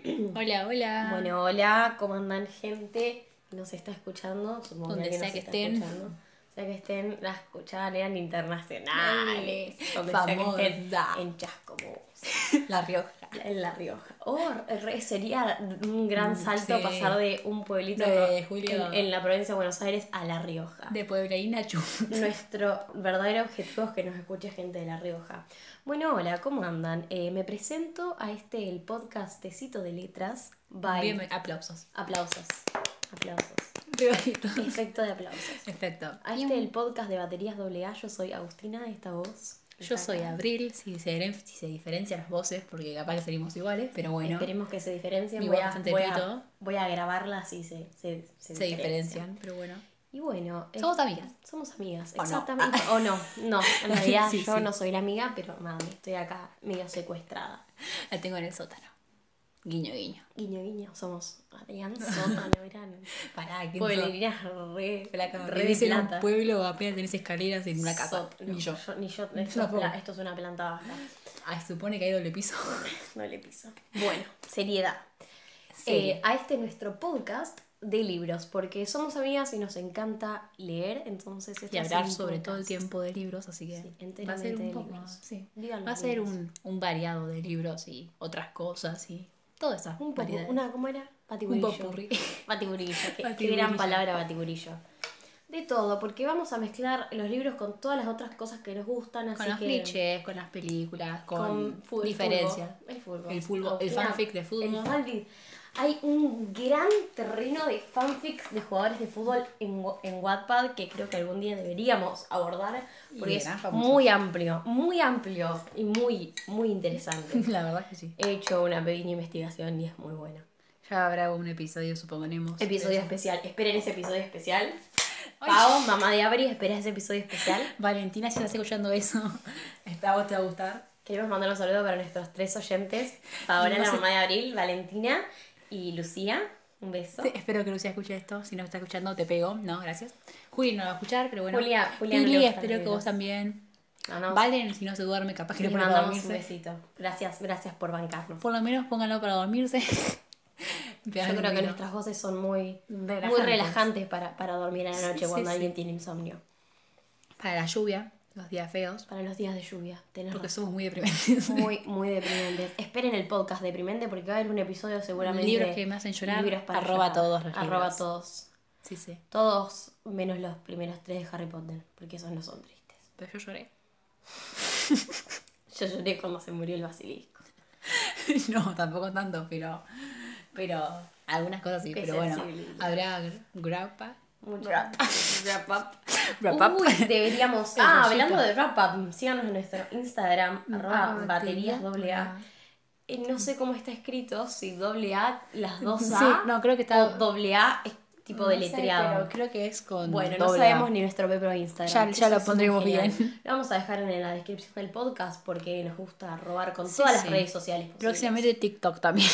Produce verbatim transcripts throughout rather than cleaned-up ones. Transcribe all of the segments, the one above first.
Hola, hola. Bueno, hola, ¿cómo andan gente que nos está escuchando? Supongo Donde que sea nos que está estén. escuchando. O sea que estén, las escuchaban, eran internacionales. Donde Famosa. sea que estén en Chascomús, La Rioja. en La Rioja. Oh, re- sería un gran salto Sí. pasar de un pueblito De no- Julio. en, en la provincia de Buenos Aires a La Rioja. De Puebla y Nacho. Nuestro verdadero objetivo es que nos escuche gente de La Rioja. Bueno, hola, ¿cómo andan? Eh, me presento a este, el podcast Tecito de Letras. Bye. Bien, aplausos. Aplausos. Aplausos. Regalitos. Efecto de aplausos. Efecto. A este, el podcast de Baterías doble A, yo soy Agustina, esta voz. Yo está soy acá. Abril, si se, si se diferencian las voces, porque capaz que salimos iguales, pero bueno. Esperemos que se diferencien. Mi Voy voz a, bastante voy, a, pito. voy a grabarlas y se, se, se, Se diferencian, pero bueno. Y bueno, Somos eh, amigas. Somos amigas, ¿O no? exactamente. O no, no. En realidad Sí, yo sí. no soy la amiga, pero mami, estoy acá medio secuestrada. La tengo en el sótano. Guiño, guiño. Guiño, guiño, somos Adrián Sótano, eran Pará, ¿quién sos? pueblerinas re, Flaca, re vivís de en un plata. pueblo, apenas tenés escaleras en una casa. Sot- Ni no, yo. Ni yo, Yo esto, es tampoco. pla- esto es una planta baja. Ay, se supone que hay doble piso. No le piso. Bueno, seriedad. Sí. Eh, a este nuestro podcast de libros, porque somos amigas y nos encanta leer, entonces este Y es hablar un sobre podcast. todo el tiempo de libros, así que Sí, va a enteramente ser un de poco, libros. sí. Vivan los Va a ser libros. un, un variado de libros y otras cosas y todas esas Un poco, variedades. una, ¿cómo era? Un Batiburillo. popurrí. Batiburillo, qué, qué Batiburillo. gran palabra batiburillo. De todo, porque vamos a mezclar los libros con todas las otras cosas que nos gustan, así Con los que... clichés, con las películas, con, con fu- el diferencias. fútbol, El fútbol. El fútbol, el Agustina, fanfic de fútbol. El fanfic. Hay un gran terreno de fanfics de jugadores de fútbol en, Wa- en Wattpad que creo que algún día deberíamos abordar porque Y es eran famosos. muy amplio, muy amplio y muy, muy interesante. La verdad es que sí. He hecho una pequeña investigación y es muy bueno. Ya habrá un episodio, suponemos. Episodio de eso. especial. Esperen ese episodio especial. Ay. Pau, mamá de Abri, espera ese episodio especial. Valentina, si estás escuchando eso, a vos te va a gustar. Queremos mandar un saludo para nuestros tres oyentes. Paola, No la sé. mamá de Abril, Valentina y Lucía. Un beso. Sí, espero que Lucía escuche esto. Si no está escuchando, te pego. No, gracias. Juli no lo va a escuchar, pero bueno. Julia, Julia no Pili, le gustan espero los que vos libros. también. Mandamos- Valen, si no se duerme, capaz que le les pone para mandamos un dormirse. besito. Gracias, gracias por bancarnos. Por lo menos pónganlo para dormirse. Yo creo que nuestras voces son muy Relajantes. muy relajantes para, para dormir a la Sí, noche sí, cuando sí. alguien tiene insomnio. Para la lluvia, los días feos. Para los días de lluvia. Tenés Porque razón. somos muy deprimentes. Muy, muy deprimentes. Esperen el podcast deprimente porque va a haber un episodio seguramente. Libros que me hacen llorar, libros para arroba llorar. todos los Arroba libros. todos. Sí, sí. Todos menos los primeros tres de Harry Potter. Porque esos no son tristes. Pero yo lloré. Yo lloré cuando se murió el basilisco. No, tampoco tanto, pero. Pero. Algunas cosas sí, Qué pero bueno. sensibilidad. Habrá gr- grapa. Mucho. Wrap. Wrap up. Wrap up. Uy, deberíamos. El Ah, rollito. hablando de wrap up, síganos en nuestro Instagram, arroba Ah, baterías doble A. baterías. Eh, no sé cómo está escrito, si doble A, las dos A. Sí, no, creo que está- O doble A es tipo No sé, deletreado. pero creo que es con. Bueno, no doble sabemos A. ni nuestro propio Instagram. Ya- ya Eso lo es pondremos muy genial. bien. Lo vamos a dejar en la descripción del podcast porque nos gusta robar con Sí, todas las sí. redes sociales posibles. Próximamente TikTok también.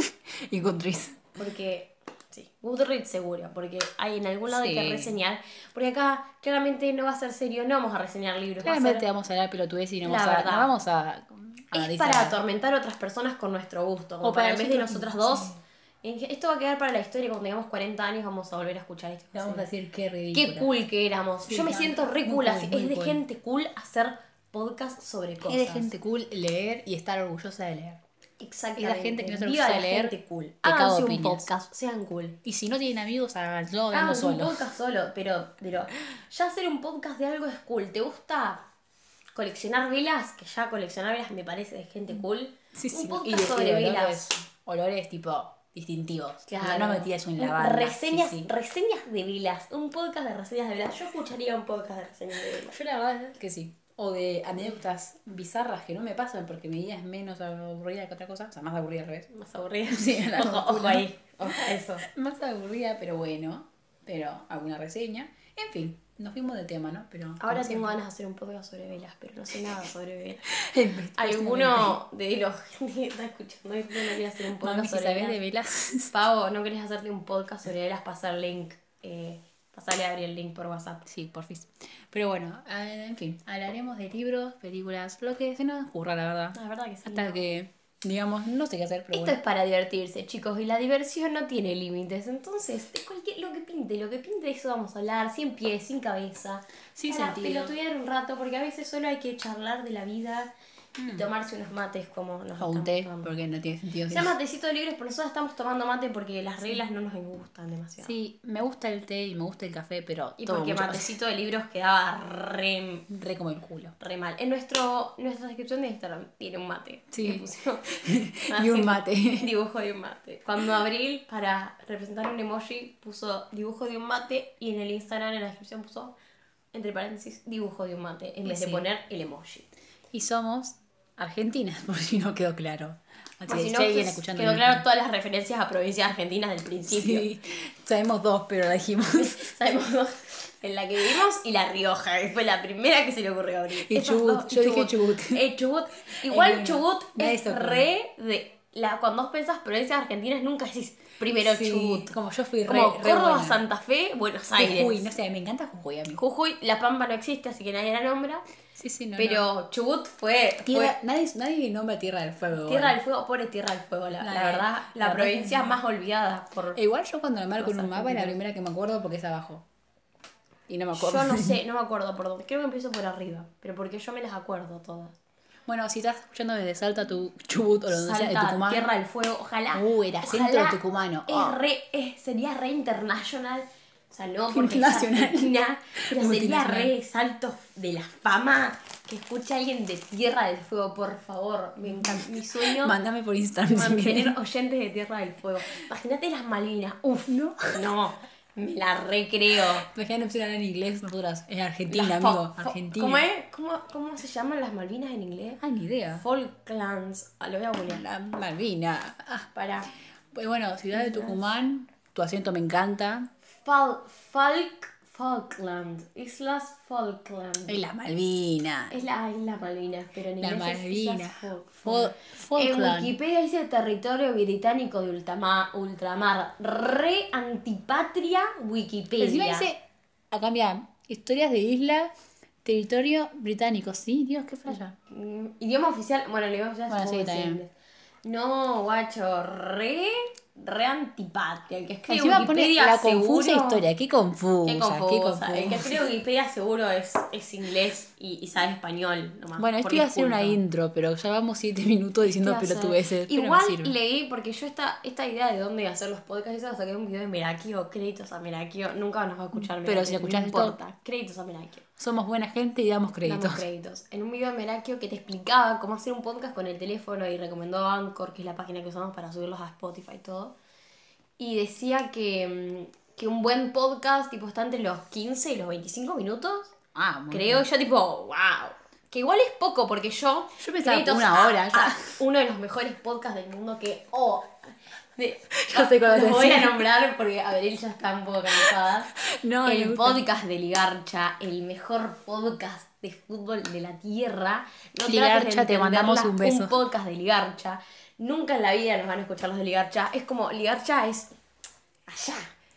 Y Goodreads. Porque, sí, Goodreads seguro, porque hay en algún lado hay que Sí. reseñar. Porque acá claramente no va a ser serio, no vamos a reseñar libros. va a ser- Claramente vamos a hablar pelotudez y no La vamos a, verdad. no vamos a. a es distraer. para atormentar a otras personas con nuestro gusto. Como O para, para en vez de nosotros nosotras mismos, dos. en que- Esto va a quedar para la historia. Cuando tengamos cuarenta años vamos a volver a escuchar esto. Le vamos a decir qué Qué ridículo. cool que éramos. Sí, Yo me no, siento re muy cool. cool, así. muy Es de cool. gente cool hacer podcast sobre cosas. Es de gente cool leer y estar orgullosa de leer. Exactamente. Es la gente que no se Viva orgullosa la de leer, gente cool. te cago Háganse un piñas. podcast. Sean cool. Y si no tienen amigos, háganlo hablando Hagan un solo. podcast solo, pero, pero ya hacer un podcast de algo es cool. ¿Te gusta coleccionar velas? Que ya coleccionar velas me parece de gente cool. Sí, sí. Un Y podcast de- y sobre de velas. olores, olores tipo distintivos. Claro. No me tiras un lavanda. Reseñas, sí, sí. reseñas de velas. Un podcast de reseñas de velas. Yo escucharía un podcast de reseñas de velas. Yo la verdad es que sí. O de anécdotas bizarras que no me pasan porque mi vida es menos aburrida que otra cosa. O sea, más aburrida al revés. Más aburrida. Sí, la ojo, ojo locura. ahí. Ojo a eso. Más aburrida, pero bueno. Pero alguna reseña. En fin, nos fuimos de tema, ¿no? Pero Ahora como tengo ganas de hacer un podcast sobre velas, pero no sé nada sobre velas. siempre. ¿Alguno de los que está escuchando esto no quiere hacer un podcast Mami, si sobre sabes velas? de velas. Pavo, ¿no querés hacerte un podcast sobre velas? Pasar link. Eh, pasarle a abrir el link por WhatsApp. Sí, porfis. Pero bueno, eh, en fin, hablaremos de libros, películas, lo que se nos ocurra, la verdad. La verdad que sí. Hasta no. que digamos, no sé qué hacer, pero Esto bueno. es para divertirse, chicos, y la diversión no tiene límites. Entonces, de cualquier, lo que pinte, lo que pinte, eso vamos a hablar, sin pies, sin cabeza. Sin para sentido. pelotudear un rato, porque a veces solo hay que charlar de la vida y tomarse unos mates como nos O un estamos té, tomando. porque no tiene sentido. Se llama tecito de libres, pero nosotros estamos tomando mate porque las reglas no nos gustan demasiado. Sí, me gusta el té y me gusta el café, pero Y tomo porque mucho- matecito de libros quedaba re, re como el culo. re mal. En nuestro, nuestra descripción de Instagram tiene un mate. Sí. Le pusimos- Y un mate. Dibujo de un mate. Cuando Abril, para representar un emoji, puso dibujo de un mate y en el Instagram, en la descripción, puso, entre paréntesis, dibujo de un mate, en Y vez sí. de poner el emoji. Y somos argentinas, por si no quedó claro. Así Por que si si no, alguien pues, escuchando quedó el- claro todas las referencias a provincias argentinas del principio. Sí, sabemos dos, pero la dijimos. Sabemos dos, en la que vivimos y La Rioja, que fue la primera que se le ocurrió abrir. Y Esas Chubut, dos, yo dije Chubut. Eh, Chubut. Igual bueno, Chubut nadie es se acuerda. re de... La, cuando vos pensás provincias argentinas nunca decís primero Sí, Chubut. como yo fui re, Como re Córdoba, buena. Santa Fe, Buenos Aires. Jujuy, no sé, me encanta Jujuy a mí. Jujuy, La Pampa no existe, así que nadie la nombra. Sí, sí, no, pero no. Chubut fue, fue Tierra, nadie, nadie nombra Tierra del Fuego. Tierra del igual. Fuego, pobre Tierra del Fuego, la, La- la verdad, la la, verdad provincia que no. más olvidada por... E igual yo cuando me marco en Los un mapa es la argentinos. primera que me acuerdo porque es abajo. Y no me acuerdo. Yo no sé, no me acuerdo por dónde. Creo que empiezo por arriba, pero porque yo me las acuerdo todas. Bueno, si estás escuchando desde Salta, tu Chubut o lo donde sea, de Salta, Tucumán. Tierra del Fuego, ojalá. Uh, el acento ojalá tucumano. Es Oh. re, es- sería re international. O sea, no porque Internacional. es Argentina, pero sería Multinacional. re salto de la fama que escuche a alguien de Tierra del Fuego, por favor. Me encanta. Mi sueño Mándame por Instagram si mantener querés. oyentes de Tierra del Fuego. Imagínate las Malvinas. Uf, no. No, me la recreo. Imagínate opción hablar en inglés, nosotras. Es Argentina, Las fo- amigo. fo- Argentina. ¿Cómo es? ¿Cómo, ¿Cómo se llaman las Malvinas en inglés? Ah, ni idea. Falklands. Ah, lo voy a googlear. La Malvina. Ah, Para. pues bueno, ciudad de Tucumán. Tu acento me encanta. Fal, Falk, Falkland. Islas Falkland. Es la Malvina. Es la isla Malvinas, pero en La inglés es Malvina. Islas Falk- Fol- En Falkland. Wikipedia dice territorio británico de ultramar. ultramar. Re antipatria Wikipedia. Encima dice, a cambiar, historias de isla, territorio británico. Sí, Dios, qué falla. Mm, Idioma oficial, bueno, el idioma oficial Bueno, supongo sí, que es también. inglés. No, guacho, re, re antipatria. El que escribe Encima pone Wikipedia la confusa seguro- historia. Qué confusa. Qué Qué confusa. El que confusa. escribe Wikipedia seguro es, es inglés y, y sabe español nomás. Bueno, esto por iba a mi ser una culpa. intro, pero ya vamos siete minutos diciendo ¿Qué va a hacer? pelotudeces. pero Igual no sirve. leí, porque yo esta, esta idea de dónde hacer los podcasts, eso la saqué de un video de Merakio, créditos a Merakio. Nunca nos va a escuchar Pero Merakio, si no escuchás esto- importa. Créditos a Merakio. Somos buena gente y damos créditos. Damos créditos. En un video de Merakio que te explicaba cómo hacer un podcast con el teléfono y recomendó Anchor, que es la página que usamos para subirlos a Spotify y todo. Y decía que, mm, que un buen podcast tipo está entre los quince y los veinticinco minutos. Ah, muy Creo bien. yo tipo, wow. Que igual es poco porque yo... Yo pensaba créditos una a- hora ya. a uno de los mejores podcasts del mundo que... Oh, de- Ya sé cuál los vas a voy a decir. nombrar porque Abril ya está un poco cansada. No, me el gusta. podcast de Ligarcha, el mejor podcast de fútbol de la tierra. No Ligarcha, trates de te mandamos entenderla, un beso. Un podcast de Ligarcha. Nunca en la vida nos van a escuchar los de Ligarcha. Es como, Ligarcha es allá.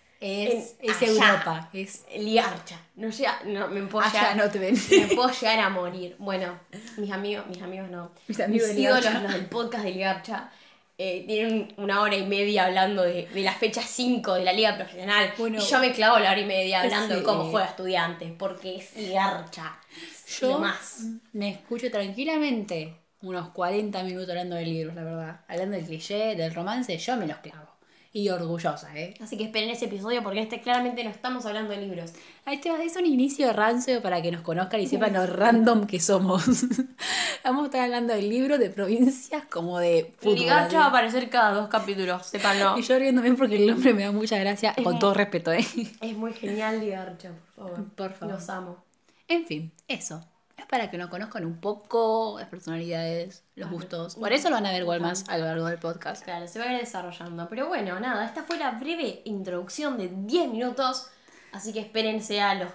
Es, En- es allá. Europa. Es Ligarcha. No llega, no, me puedo allá, llegar- no te ven. me puedo llegar a morir. Bueno, mis amigos, mis amigos no. Mis amigos de ídolos, Ligarcha. los del podcast de Ligarcha, eh, tienen una hora y media hablando de, de la fecha cinco de la liga profesional. Bueno, y yo me clavo la hora y media hablando sí. de cómo juega Estudiantes, porque es Ligarcha. Yo Lo más. me escucho tranquilamente unos cuarenta minutos hablando de libros, la verdad. Hablando del cliché, del romance, yo me los clavo. Y orgullosa, ¿eh? Así que esperen ese episodio porque este claramente no estamos hablando de libros. Este es un inicio de rancio para que nos conozcan y sepan lo random que somos. Vamos a estar hablando del libro, de provincias, como de fútbol. Ligarcha va a así. aparecer cada dos capítulos, sépanlo. Y yo riéndome porque el nombre me da mucha gracia, con todo respeto, ¿eh? Es muy genial Ligarcha, por favor. Por favor. Los amo. En fin, eso. Es para que nos conozcan un poco las personalidades, los gustos. Por eso lo van a ver igual más a lo largo del podcast. Claro, se va a ir desarrollando. Pero bueno, nada, esta fue la breve introducción de diez minutos. Así que espérense a los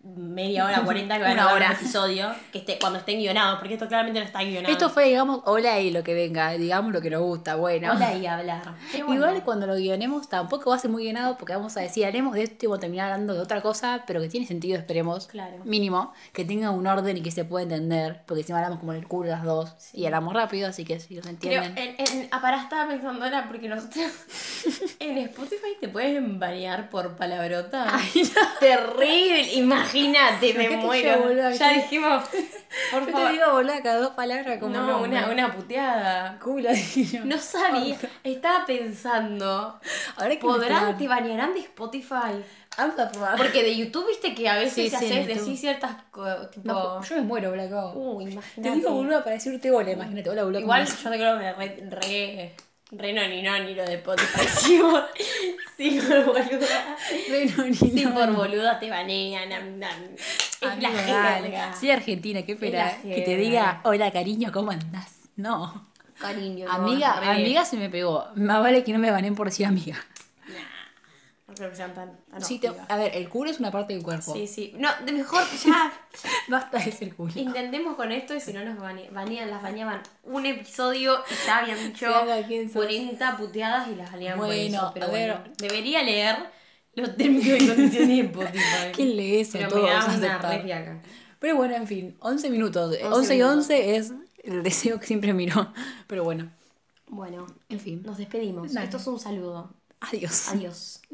media hora, cuarenta que van Una a ver hora. un episodio, que esté, cuando estén guionados, porque esto claramente no está guionado. Esto fue, digamos, hola y lo que venga, digamos lo que nos gusta, bueno. Hola y hablar. Pero bueno, Igual cuando lo guionemos tampoco va a ser muy guionado porque vamos a decir, haremos de esto y vamos a terminar hablando de otra cosa, pero que tiene sentido, esperemos, Claro. mínimo, que tenga un orden y que se pueda entender, porque si no hablamos como en el culo las dos Sí. y hablamos rápido, así que si los Creo, entienden. en, en, ah, pará, estaba pensando ahora porque nosotros en Spotify te pueden banear por palabrota. Ay, no. Terrible, imagínate, me Imagínate muero. yo, boludo, ya yo- dijimos, por Yo favor. te digo boluda cada dos palabras como No, nombre. una, una puteada. Culo, dije yo. No sabía, estaba pensando, Ahora que ¿podrán, me te banearán de Spotify? Vamos a probar. Porque de YouTube, viste que a veces Sí, si sí, haces, en YouTube. decís ciertas cosas, tipo... No, yo me muero, boludo. acabo. Uh, Te imagínate. digo boluda para decirte hola, imagínate. Hola, boludo. Igual ¿cómo yo te creo que re, re, re no ni no ni lo de Spotify. Sí, por, sí, por boluda. estás? Re no, ni Sí, no, por ni- boluda te banean. am, am. Es la Amigo, dale. jerga. Sí, Argentina, qué Es pena. la Que te jerga. diga, hola cariño, ¿cómo andás? No. Cariño, no, Amiga, re. amiga se me pegó. Más vale que no me banen por decir amiga. No creo que sean tan, tan Sí, te- hostivas. a ver, el culo es una parte del cuerpo. Sí, sí. No, de mejor ya. Basta de ser culo. Intentemos con esto y si no nos bane- banean, las baneaban un episodio y ya habían dicho Sí, haga quién sos. cuarenta puteadas y las baneaban por Bueno, eso. Pero a ver. bueno, debería leer los términos y condiciones de Spotify. ¿Quién lee eso? Pero Todos me da vamos a una aceptar. re fiaca. Pero bueno, en fin, once minutos. once once y minutos. once es el deseo que siempre miro. Pero bueno, Bueno, en fin. nos despedimos. Dale. Esto es un saludo. Adiós. Adiós.